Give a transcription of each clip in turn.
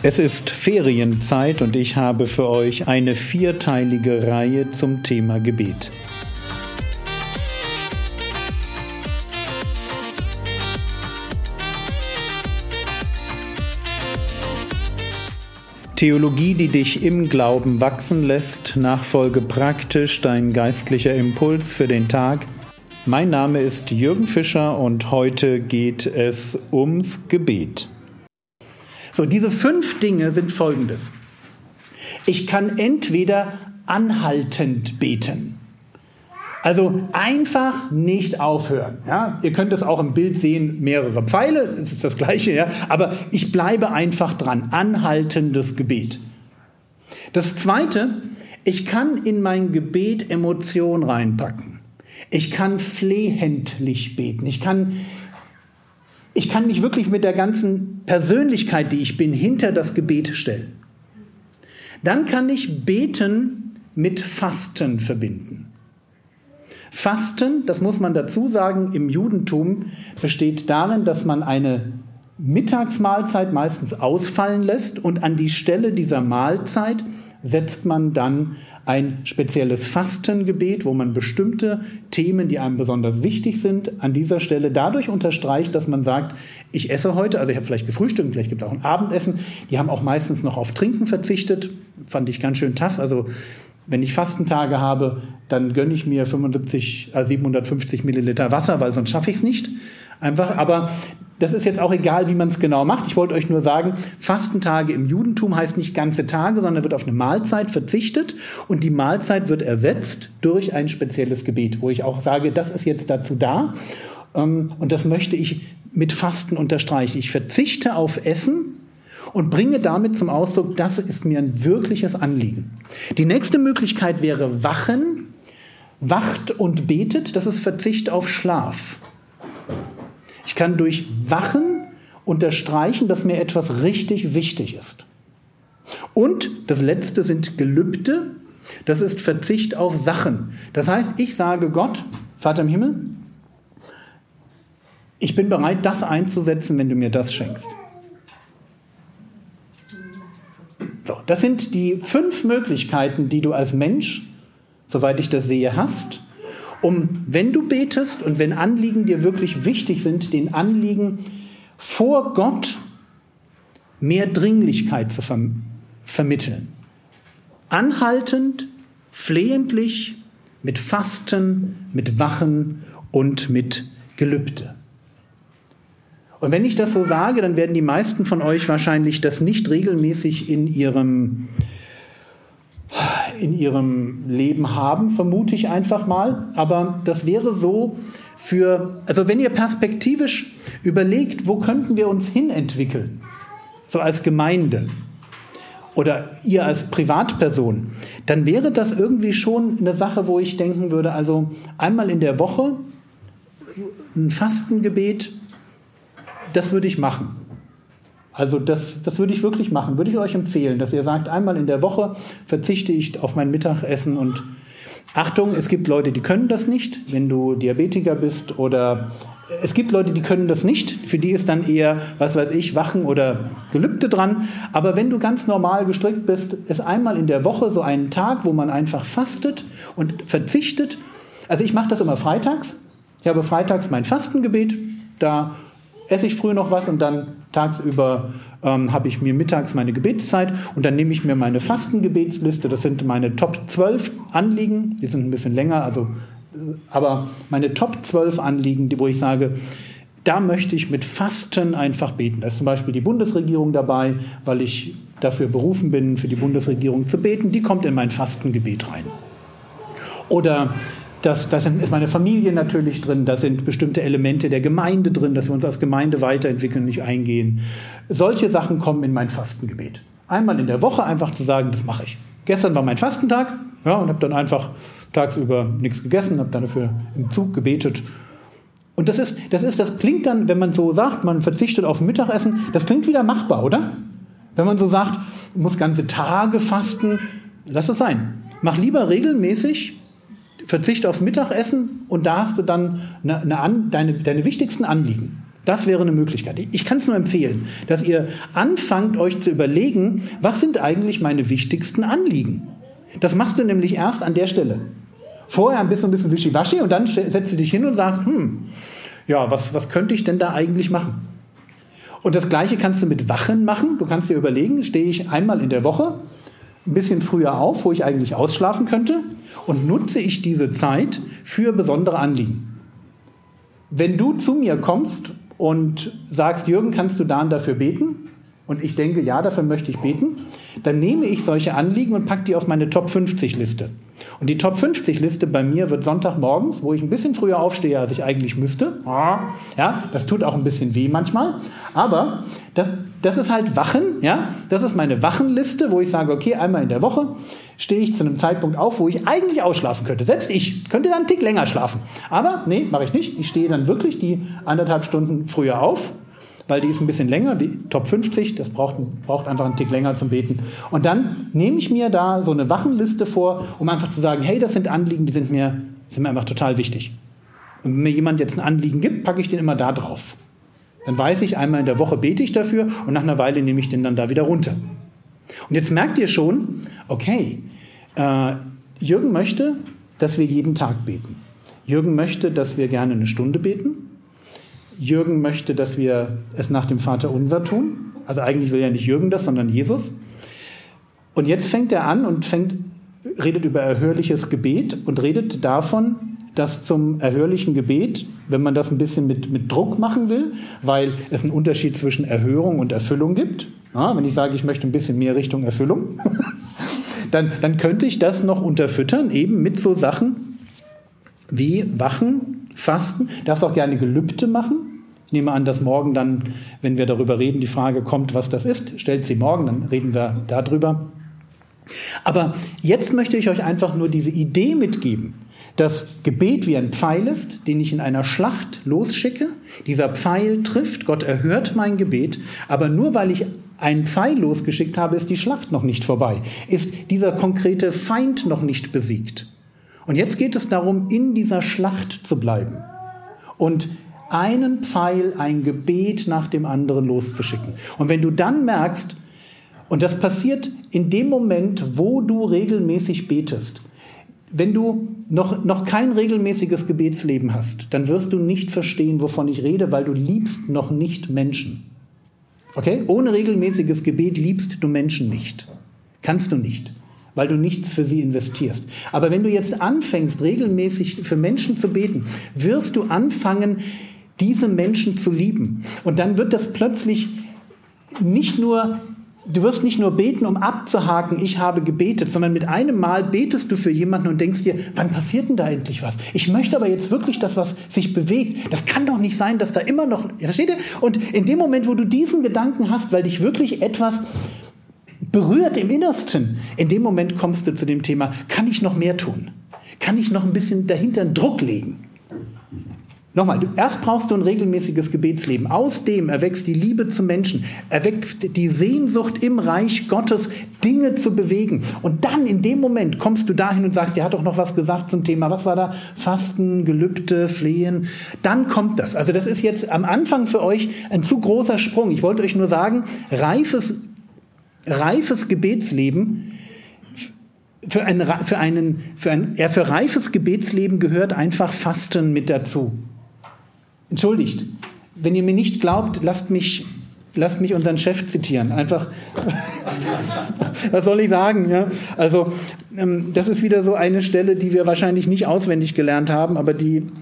Es ist Ferienzeit und ich habe für euch eine 4-teilige Reihe zum Thema Gebet. Theologie, die dich im Glauben wachsen lässt, nachfolge praktisch dein geistlicher Impuls für den Tag. Mein Name ist Jürgen Fischer und heute geht es ums Gebet. So, diese 5 Dinge sind folgendes. Ich kann entweder anhaltend beten. Also einfach nicht aufhören. Ja? Ihr könnt es auch im Bild sehen, mehrere Pfeile, es ist das Gleiche, ja? Aber ich bleibe einfach dran, anhaltendes Gebet. Das Zweite, ich kann in mein Gebet Emotion reinpacken. Ich kann flehentlich beten. Ich kann mich wirklich mit der ganzen Persönlichkeit, die ich bin, hinter das Gebet stellen. Dann kann ich Beten mit Fasten verbinden. Fasten, das muss man dazu sagen, im Judentum besteht darin, dass man eine Mittagsmahlzeit meistens ausfallen lässt und an die Stelle dieser Mahlzeit setzt man dann ein spezielles Fastengebet, wo man bestimmte Themen, die einem besonders wichtig sind, an dieser Stelle dadurch unterstreicht, dass man sagt, ich esse heute, also ich habe vielleicht gefrühstückt, vielleicht gibt es auch ein Abendessen, die haben auch meistens noch auf Trinken verzichtet, fand ich ganz schön tough, also wenn ich Fastentage habe, dann gönne ich mir 750 Milliliter Wasser, weil sonst schaffe ich es nicht. Einfach, aber das ist jetzt auch egal, wie man es genau macht. Ich wollte euch nur sagen, Fastentage im Judentum heißt nicht ganze Tage, sondern wird auf eine Mahlzeit verzichtet und die Mahlzeit wird ersetzt durch ein spezielles Gebet, wo ich auch sage, das ist jetzt dazu da und das möchte ich mit Fasten unterstreichen. Ich verzichte auf Essen und bringe damit zum Ausdruck, das ist mir ein wirkliches Anliegen. Die nächste Möglichkeit wäre Wachen. Wacht und betet, das ist Verzicht auf Schlaf. Ich kann durch Wachen unterstreichen, dass mir etwas richtig wichtig ist. Und das Letzte sind Gelübde, das ist Verzicht auf Sachen. Das heißt, ich sage Gott, Vater im Himmel, ich bin bereit, das einzusetzen, wenn du mir das schenkst. So, das sind die 5 Möglichkeiten, die du als Mensch, soweit ich das sehe, hast, um, wenn du betest und wenn Anliegen dir wirklich wichtig sind, den Anliegen vor Gott mehr Dringlichkeit zu vermitteln. Anhaltend, flehentlich, mit Fasten, mit Wachen und mit Gelübde. Und wenn ich das so sage, dann werden die meisten von euch wahrscheinlich das nicht regelmäßig in ihrem Leben haben, vermute ich einfach mal. Aber das wäre so also wenn ihr perspektivisch überlegt, wo könnten wir uns hinentwickeln, so als Gemeinde oder ihr als Privatperson, dann wäre das irgendwie schon eine Sache, wo ich denken würde, also einmal in der Woche ein Fastengebet, das würde ich machen. Also das würde ich wirklich machen, würde ich euch empfehlen, dass ihr sagt, einmal in der Woche verzichte ich auf mein Mittagessen und Achtung, es gibt Leute, die können das nicht, wenn du Diabetiker bist oder es gibt Leute, die können das nicht, für die ist dann eher, was weiß ich, Wachen oder Gelübde dran, aber wenn du ganz normal gestrickt bist, ist einmal in der Woche so ein Tag, wo man einfach fastet und verzichtet. Also ich mache das immer freitags, ich habe freitags mein Fastengebet, da esse ich früh noch was und dann tagsüber habe ich mir mittags meine Gebetszeit und dann nehme ich mir meine Fastengebetsliste, das sind meine Top 12 Anliegen, die sind ein bisschen länger, aber meine Top 12 Anliegen, wo ich sage, da möchte ich mit Fasten einfach beten. Da ist zum Beispiel die Bundesregierung dabei, weil ich dafür berufen bin, für die Bundesregierung zu beten, die kommt in mein Fastengebet rein. Oder da ist meine Familie natürlich drin, da sind bestimmte Elemente der Gemeinde drin, dass wir uns als Gemeinde weiterentwickeln, nicht eingehen. Solche Sachen kommen in mein Fastengebet. Einmal in der Woche einfach zu sagen, das mache ich. Gestern war mein Fastentag, ja, und habe dann einfach tagsüber nichts gegessen, habe dann dafür im Zug gebetet. Und das klingt dann, wenn man so sagt, man verzichtet auf Mittagessen, das klingt wieder machbar, oder? Wenn man so sagt, man muss ganze Tage fasten, lass es sein. Mach lieber regelmäßig Verzicht aufs Mittagessen und da hast du dann deine wichtigsten Anliegen. Das wäre eine Möglichkeit. Ich kann es nur empfehlen, dass ihr anfangt, euch zu überlegen, was sind eigentlich meine wichtigsten Anliegen? Das machst du nämlich erst an der Stelle. Vorher ein bisschen wischiwaschi und dann setzt du dich hin und sagst, was könnte ich denn da eigentlich machen? Und das Gleiche kannst du mit Wachen machen. Du kannst dir überlegen, stehe ich einmal in der Woche ein bisschen früher auf, wo ich eigentlich ausschlafen könnte, und nutze ich diese Zeit für besondere Anliegen. Wenn du zu mir kommst und sagst, Jürgen, kannst du da und dafür beten? Und ich denke, ja, dafür möchte ich beten. Dann nehme ich solche Anliegen und packe die auf meine Top-50-Liste. Und die Top-50-Liste bei mir wird Sonntagmorgens, wo ich ein bisschen früher aufstehe, als ich eigentlich müsste. Ja, das tut auch ein bisschen weh manchmal. Aber das ist halt Wachen. Ja? Das ist meine Wachenliste, wo ich sage, okay, einmal in der Woche stehe ich zu einem Zeitpunkt auf, wo ich eigentlich ausschlafen könnte. Selbst ich könnte dann einen Tick länger schlafen. Aber nee, mache ich nicht. Ich stehe dann wirklich die 1,5 Stunden früher auf, weil die ist ein bisschen länger, die Top 50, das braucht einfach einen Tick länger zum Beten. Und dann nehme ich mir da so eine Wachenliste vor, um einfach zu sagen, hey, das sind Anliegen, die sind mir einfach total wichtig. Und wenn mir jemand jetzt ein Anliegen gibt, packe ich den immer da drauf. Dann weiß ich, einmal in der Woche bete ich dafür und nach einer Weile nehme ich den dann da wieder runter. Und jetzt merkt ihr schon, okay, Jürgen möchte, dass wir jeden Tag beten. Jürgen möchte, dass wir gerne eine Stunde beten. Jürgen möchte, dass wir es nach dem Vaterunser tun. Also eigentlich will ja nicht Jürgen das, sondern Jesus. Und jetzt fängt er an und redet über erhörliches Gebet und redet davon, dass zum erhörlichen Gebet, wenn man das ein bisschen mit Druck machen will, weil es einen Unterschied zwischen Erhörung und Erfüllung gibt. Ja, wenn ich sage, ich möchte ein bisschen mehr Richtung Erfüllung, dann könnte ich das noch unterfüttern, eben mit so Sachen wie Wachen, Fasten. Du darfst auch gerne Gelübde machen. Ich nehme an, dass morgen dann, wenn wir darüber reden, die Frage kommt, was das ist. Stellt sie morgen, dann reden wir darüber. Aber jetzt möchte ich euch einfach nur diese Idee mitgeben, dass Gebet wie ein Pfeil ist, den ich in einer Schlacht losschicke. Dieser Pfeil trifft, Gott erhört mein Gebet, aber nur weil ich einen Pfeil losgeschickt habe, ist die Schlacht noch nicht vorbei, ist dieser konkrete Feind noch nicht besiegt. Und jetzt geht es darum, in dieser Schlacht zu bleiben und einen Pfeil, ein Gebet nach dem anderen loszuschicken. Und wenn du dann merkst, und das passiert in dem Moment, wo du regelmäßig betest, wenn du noch kein regelmäßiges Gebetsleben hast, dann wirst du nicht verstehen, wovon ich rede, weil du liebst noch nicht Menschen. Okay? Ohne regelmäßiges Gebet liebst du Menschen nicht. Kannst du nicht, weil du nichts für sie investierst. Aber wenn du jetzt anfängst, regelmäßig für Menschen zu beten, wirst du anfangen, diese Menschen zu lieben. Und dann wird das plötzlich du wirst nicht nur beten, um abzuhaken, ich habe gebetet, sondern mit einem Mal betest du für jemanden und denkst dir, wann passiert denn da endlich was? Ich möchte aber jetzt wirklich, dass was sich bewegt. Das kann doch nicht sein, dass da immer noch, versteht ihr? Und in dem Moment, wo du diesen Gedanken hast, weil dich wirklich etwas berührt im Innersten, in dem Moment kommst du zu dem Thema, kann ich noch mehr tun? Kann ich noch ein bisschen dahinter einen Druck legen? Nochmal, erst brauchst du ein regelmäßiges Gebetsleben. Aus dem erwächst die Liebe zum Menschen, erwächst die Sehnsucht im Reich Gottes, Dinge zu bewegen. Und dann in dem Moment kommst du dahin und sagst, der hat doch noch was gesagt zum Thema, was war da? Fasten, Gelübde, Flehen. Dann kommt das. Also das ist jetzt am Anfang für euch ein zu großer Sprung. Ich wollte euch nur sagen, reifes Gebetsleben, für reifes Gebetsleben gehört einfach Fasten mit dazu. Entschuldigt, wenn ihr mir nicht glaubt, lasst mich unseren Chef zitieren. Einfach, was soll ich sagen? Ja? Also, das ist wieder so eine Stelle, die wir wahrscheinlich nicht auswendig gelernt haben, aber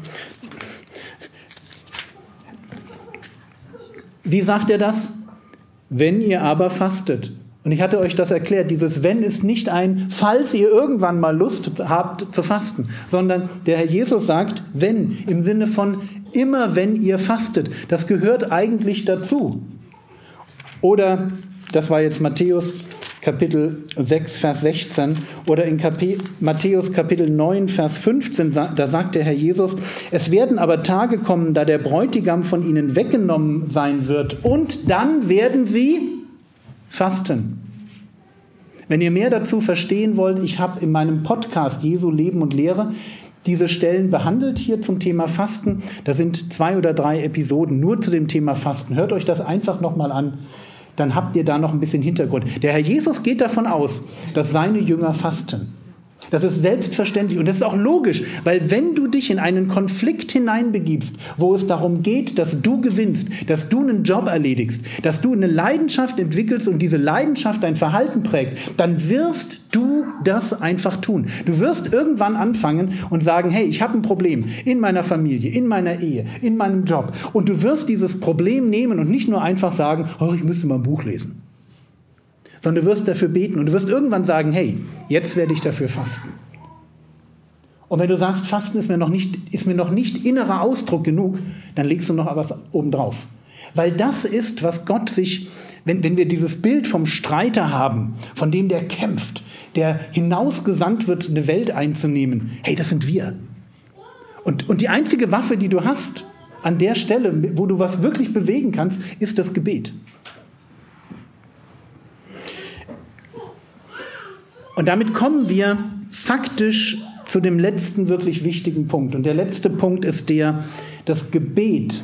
wie sagt er das? Wenn ihr aber fastet. Und ich hatte euch das erklärt, dieses Wenn ist nicht ein, falls ihr irgendwann mal Lust habt zu fasten, sondern der Herr Jesus sagt, wenn, im Sinne von immer, wenn ihr fastet. Das gehört eigentlich dazu. Oder, das war jetzt Matthäus Kapitel 6, Vers 16, oder in Matthäus Kapitel 9, Vers 15, da sagt der Herr Jesus, es werden aber Tage kommen, da der Bräutigam von ihnen weggenommen sein wird, und dann werden sie fasten. Wenn ihr mehr dazu verstehen wollt, ich habe in meinem Podcast Jesu Leben und Lehre diese Stellen behandelt hier zum Thema Fasten. Da sind 2 oder 3 Episoden nur zu dem Thema Fasten. Hört euch das einfach nochmal an. Dann habt ihr da noch ein bisschen Hintergrund. Der Herr Jesus geht davon aus, dass seine Jünger fasten. Das ist selbstverständlich und das ist auch logisch, weil wenn du dich in einen Konflikt hineinbegibst, wo es darum geht, dass du gewinnst, dass du einen Job erledigst, dass du eine Leidenschaft entwickelst und diese Leidenschaft dein Verhalten prägt, dann wirst du das einfach tun. Du wirst irgendwann anfangen und sagen, hey, ich habe ein Problem in meiner Familie, in meiner Ehe, in meinem Job. Und du wirst dieses Problem nehmen und nicht nur einfach sagen, oh, ich müsste mal ein Buch lesen. Sondern du wirst dafür beten und du wirst irgendwann sagen, hey, jetzt werde ich dafür fasten. Und wenn du sagst, Fasten ist mir noch nicht innerer Ausdruck genug, dann legst du noch was obendrauf. Weil das ist, was Gott sich, wenn wir dieses Bild vom Streiter haben, von dem der kämpft, der hinausgesandt wird, eine Welt einzunehmen, hey, das sind wir. Und die einzige Waffe, die du hast, an der Stelle, wo du was wirklich bewegen kannst, ist das Gebet. Und damit kommen wir faktisch zu dem letzten wirklich wichtigen Punkt. Und der letzte Punkt ist das Gebet,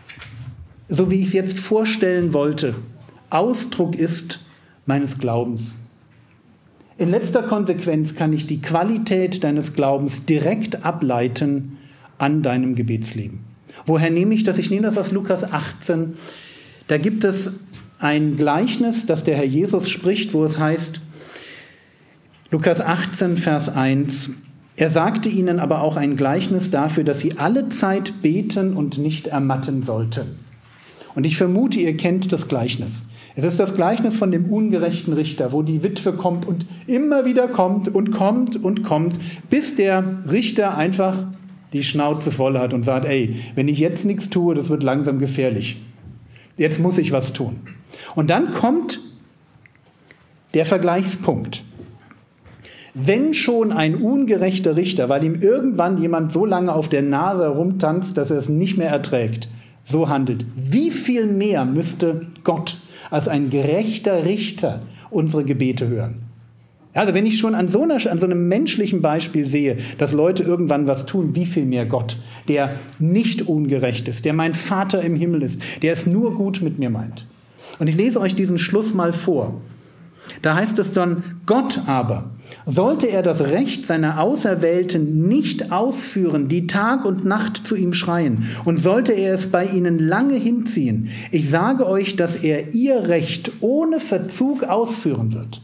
so wie ich es jetzt vorstellen wollte, Ausdruck ist meines Glaubens. In letzter Konsequenz kann ich die Qualität deines Glaubens direkt ableiten an deinem Gebetsleben. Woher nehme ich das? Ich nehme das aus Lukas 18. Da gibt es ein Gleichnis, das der Herr Jesus spricht, wo es heißt, Lukas 18, Vers 1, er sagte ihnen aber auch ein Gleichnis dafür, dass sie alle Zeit beten und nicht ermatten sollten. Und ich vermute, ihr kennt das Gleichnis. Es ist das Gleichnis von dem ungerechten Richter, wo die Witwe kommt und immer wieder kommt und kommt und kommt, bis der Richter einfach die Schnauze voll hat und sagt, ey, wenn ich jetzt nichts tue, das wird langsam gefährlich. Jetzt muss ich was tun. Und dann kommt der Vergleichspunkt. Wenn schon ein ungerechter Richter, weil ihm irgendwann jemand so lange auf der Nase herumtanzt, dass er es nicht mehr erträgt, so handelt, wie viel mehr müsste Gott als ein gerechter Richter unsere Gebete hören? Also wenn ich schon an so einem menschlichen Beispiel sehe, dass Leute irgendwann was tun, wie viel mehr Gott, der nicht ungerecht ist, der mein Vater im Himmel ist, der es nur gut mit mir meint. Und ich lese euch diesen Schluss mal vor. Da heißt es dann, Gott aber, sollte er das Recht seiner Auserwählten nicht ausführen, die Tag und Nacht zu ihm schreien, und sollte er es bei ihnen lange hinziehen, ich sage euch, dass er ihr Recht ohne Verzug ausführen wird.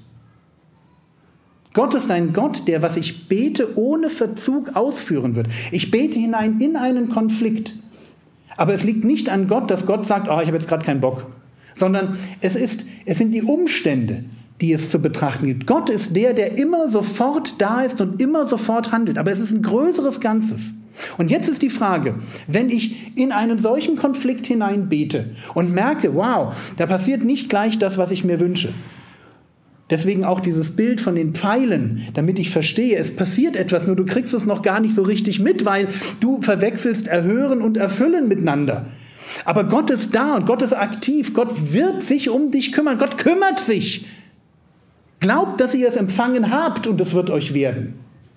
Gott ist ein Gott, der, was ich bete, ohne Verzug ausführen wird. Ich bete hinein in einen Konflikt. Aber es liegt nicht an Gott, dass Gott sagt, ich habe jetzt gerade keinen Bock. Sondern es sind die Umstände, die es zu betrachten gibt. Gott ist der immer sofort da ist und immer sofort handelt. Aber es ist ein größeres Ganzes. Und jetzt ist die Frage, wenn ich in einen solchen Konflikt hinein bete und merke, wow, da passiert nicht gleich das, was ich mir wünsche. Deswegen auch dieses Bild von den Pfeilen, damit ich verstehe, es passiert etwas, nur du kriegst es noch gar nicht so richtig mit, weil du verwechselst Erhören und Erfüllen miteinander. Aber Gott ist da und Gott ist aktiv. Gott wird sich um dich kümmern. Gott kümmert sich. Glaubt, dass ihr es empfangen habt und es wird euch werden.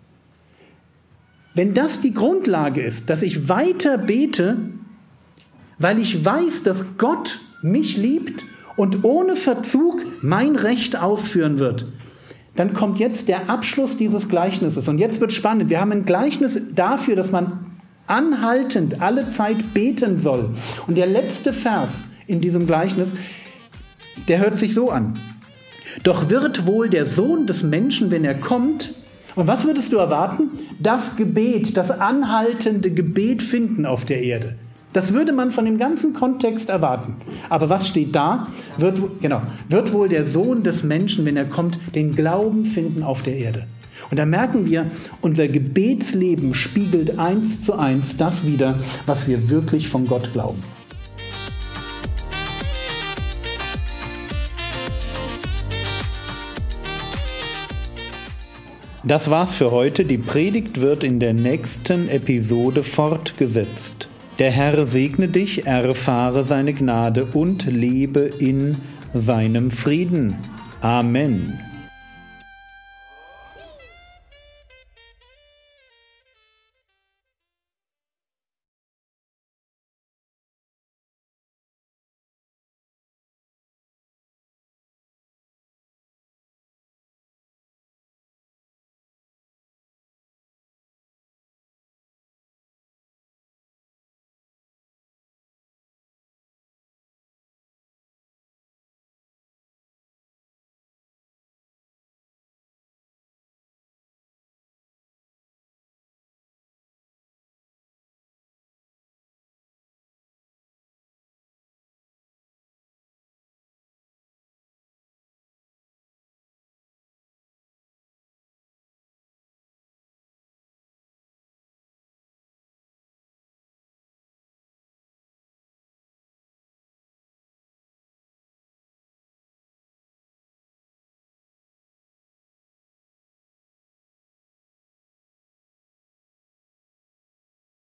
Wenn das die Grundlage ist, dass ich weiter bete, weil ich weiß, dass Gott mich liebt und ohne Verzug mein Recht ausführen wird, dann kommt jetzt der Abschluss dieses Gleichnisses. Und jetzt wird spannend. Wir haben ein Gleichnis dafür, dass man anhaltend alle Zeit beten soll. Und der letzte Vers in diesem Gleichnis, der hört sich so an. Doch wird wohl der Sohn des Menschen, wenn er kommt, und was würdest du erwarten? Das Gebet, das anhaltende Gebet finden auf der Erde. Das würde man von dem ganzen Kontext erwarten. Aber was steht da? Wird wohl der Sohn des Menschen, wenn er kommt, den Glauben finden auf der Erde. Und da merken wir, unser Gebetsleben spiegelt 1:1 das wider, was wir wirklich von Gott glauben. Das war's für heute. Die Predigt wird in der nächsten Episode fortgesetzt. Der Herr segne dich, erfahre seine Gnade und lebe in seinem Frieden. Amen.